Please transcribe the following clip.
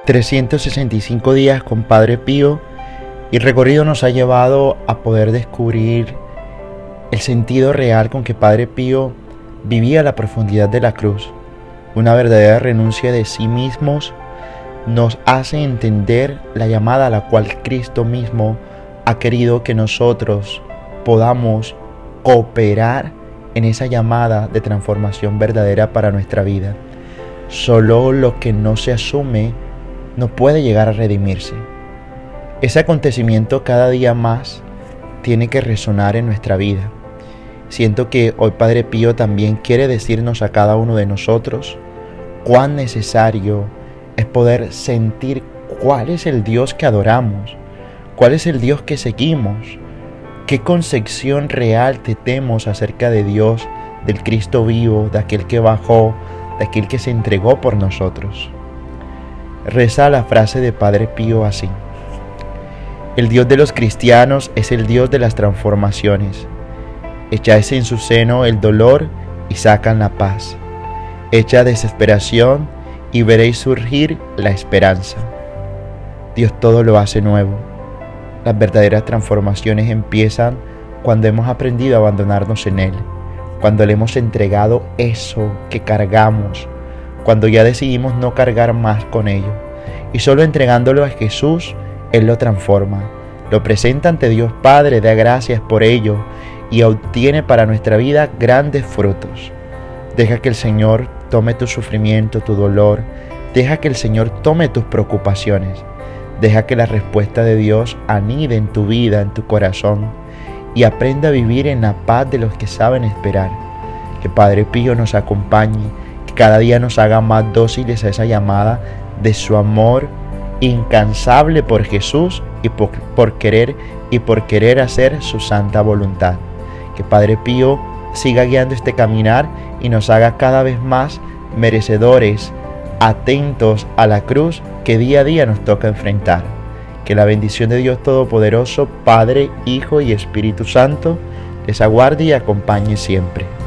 365 días con Padre Pío, y el recorrido nos ha llevado a poder descubrir el sentido real con que Padre Pío vivía la profundidad de la cruz. Una verdadera renuncia de sí mismos nos hace entender la llamada a la cual Cristo mismo ha querido que nosotros podamos cooperar en esa llamada de transformación verdadera para nuestra vida. Solo lo que no se asume no puede llegar a redimirse. Ese acontecimiento cada día más tiene que resonar en nuestra vida. Siento que hoy Padre Pío también quiere decirnos a cada uno de nosotros cuán necesario es poder sentir cuál es el Dios que adoramos, cuál es el Dios que seguimos, qué concepción real tenemos acerca de Dios, del Cristo vivo, de aquel que bajó, de aquel que se entregó por nosotros. Reza la frase de Padre Pío así: el Dios de los cristianos es el Dios de las transformaciones. Echáis en su seno el dolor y sacan la paz. Echa desesperación y veréis surgir la esperanza. Dios todo lo hace nuevo. Las verdaderas transformaciones empiezan cuando hemos aprendido a abandonarnos en Él, cuando le hemos entregado eso que cargamos, cuando ya decidimos no cargar más con ello, y solo entregándolo a Jesús, Él lo transforma, lo presenta ante Dios Padre, da gracias por ello y obtiene para nuestra vida grandes frutos. Deja que el Señor tome tu sufrimiento, tu dolor, deja que el Señor tome tus preocupaciones, deja que la respuesta de Dios anide en tu vida, en tu corazón, y aprenda a vivir en la paz de los que saben esperar. Que Padre Pío nos acompañe, que cada día nos haga más dóciles a esa llamada de su amor incansable por Jesús y por querer hacer su santa voluntad. Que Padre Pío siga guiando este caminar y nos haga cada vez más merecedores, atentos a la cruz que día a día nos toca enfrentar. Que la bendición de Dios Todopoderoso, Padre, Hijo y Espíritu Santo, les aguarde y acompañe siempre.